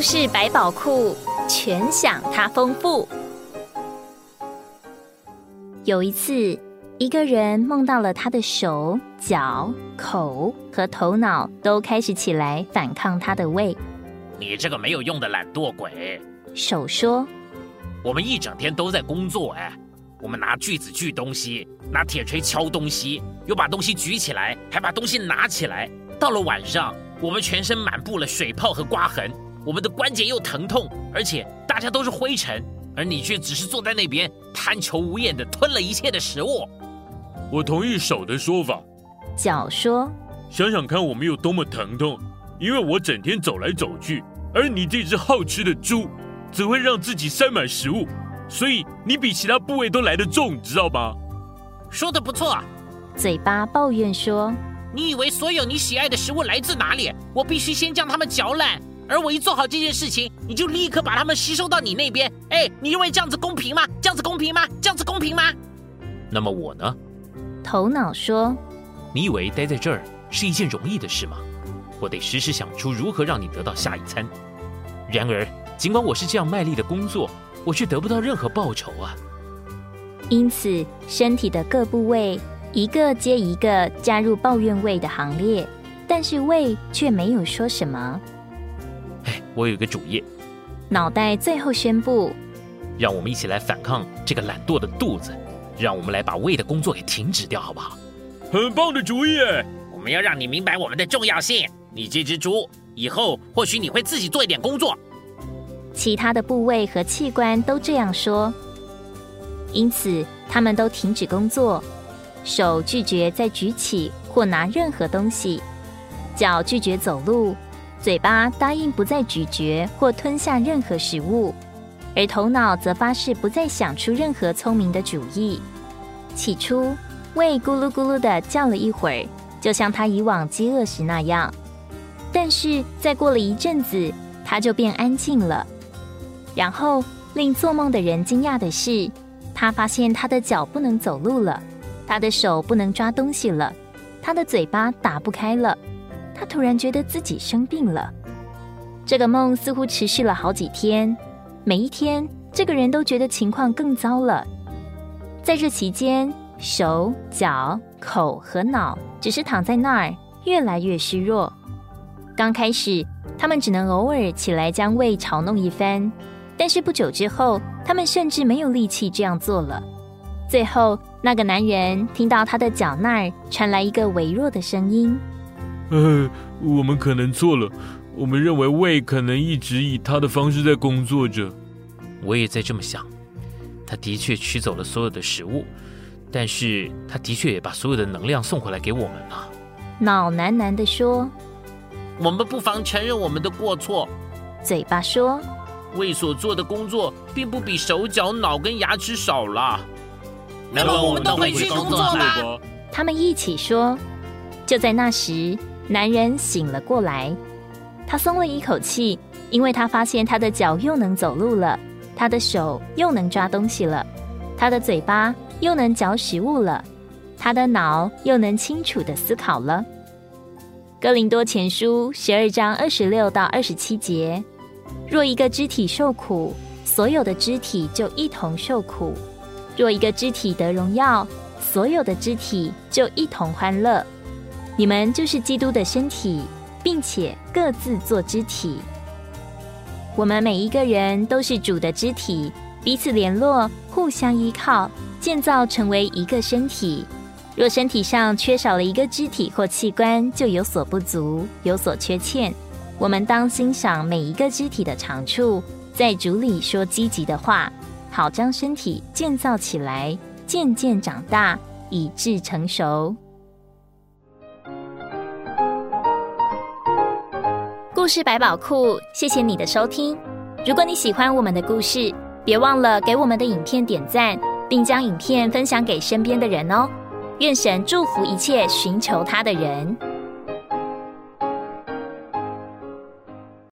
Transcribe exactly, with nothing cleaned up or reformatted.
事百宝库，全享它丰富。有一次，一个人梦到了他的手、脚、口和头脑都开始起来反抗他的胃。 你这个没有用的懒惰鬼！ 手说： 我们一整天都在工作哎，我们拿锯子锯东西，拿铁锤敲东西，又把东西举起来，还把东西拿起来。到了晚上，我们全身满布了水泡和刮痕，我们的关节又疼痛，而且大家都是灰尘，而你却只是坐在那边贪求无厌地吞了一切的食物。 我同意手的说法。 脚说： 想想看我们有多么疼痛，因为我整天走来走去，而你这只好吃的猪只会让自己塞满食物，所以你比其他部位都来得重，知道吗？ 说得不错。 嘴巴抱怨说： 你以为所有你喜爱的食物来自哪里？我必须先将它们嚼烂，而我一做好这件事情，你就立刻把它们吸收到你那边。哎，你认为这样子公平吗？这样子公平吗？这样子公平吗？那么我呢？ 头脑说： 你以为待在这儿是一件容易的事吗？我得时时想出如何让你得到下一餐。然而尽管我是这样卖力的工作，我却得不到任何报酬啊。 因此身体的各部位一个接一个加入抱怨胃的行列，但是胃却没有说什么。 哎，我有一个主意。 脑袋最后宣布： 让我们一起来反抗这个懒惰的肚子，让我们来把胃的工作给停止掉，好不好？ 很棒的主意耶！ 我们要让你明白我们的重要性。你这只猪，以后或许你会自己做一点工作。 其他的部位和器官都这样说，因此他们都停止工作。手拒绝再举起或拿任何东西，脚拒绝走路，嘴巴答应不再咀嚼或吞下任何食物，而头脑则发誓不再想出任何聪明的主意。起初，胃咕噜咕噜地叫了一会儿，就像他以往饥饿时那样，但是再过了一阵子，他就变安静了。然后令做梦的人惊讶的是，他发现他的脚不能走路了，他的手不能抓东西了，他的嘴巴打不开了。他突然觉得自己生病了。这个梦似乎持续了好几天，每一天这个人都觉得情况更糟了。在这期间，手、脚、口和脑只是躺在那儿，越来越虚弱。刚开始他们只能偶尔起来将胃嘲弄一番，但是不久之后，他们甚至没有力气这样做了。最后，那个男人听到他的脚那儿传来一个微弱的声音： 呃，我们可能错了，我们认为胃可能一直以他的方式在工作着。 我也在这么想，他的确取走了所有的食物，但是他的确也把所有的能量送回来给我们了。 脑喃喃地说： 我们不妨承认我们的过错。 嘴巴说： 胃所做的工作并不比手脚脑跟牙齿少了。那么我们都回去工作吧。 他们一起说。就在那时，男人醒了过来，他松了一口气，因为他发现他的脚又能走路了，他的手又能抓东西了，他的嘴巴又能嚼食物了，他的脑又能清楚地思考了。哥林多前书十二章二十六到二十七节：若一个肢体受苦，所有的肢体就一同受苦；若一个肢体得荣耀，所有的肢体就一同欢乐。你们就是基督的身体，并且各自做肢体。我们每一个人都是主的肢体，彼此联络，互相依靠，建造成为一个身体。若身体上缺少了一个肢体或器官，就有所不足，有所缺欠。我们当欣赏每一个肢体的长处，在主里说积极的话，好将身体建造起来，渐渐长大，以致成熟。故事百宝库，谢谢你的收听。如果你喜欢我们的故事，别忘了给我们的影片点赞，并将影片分享给身边的人哦。愿神祝福一切寻求他的人。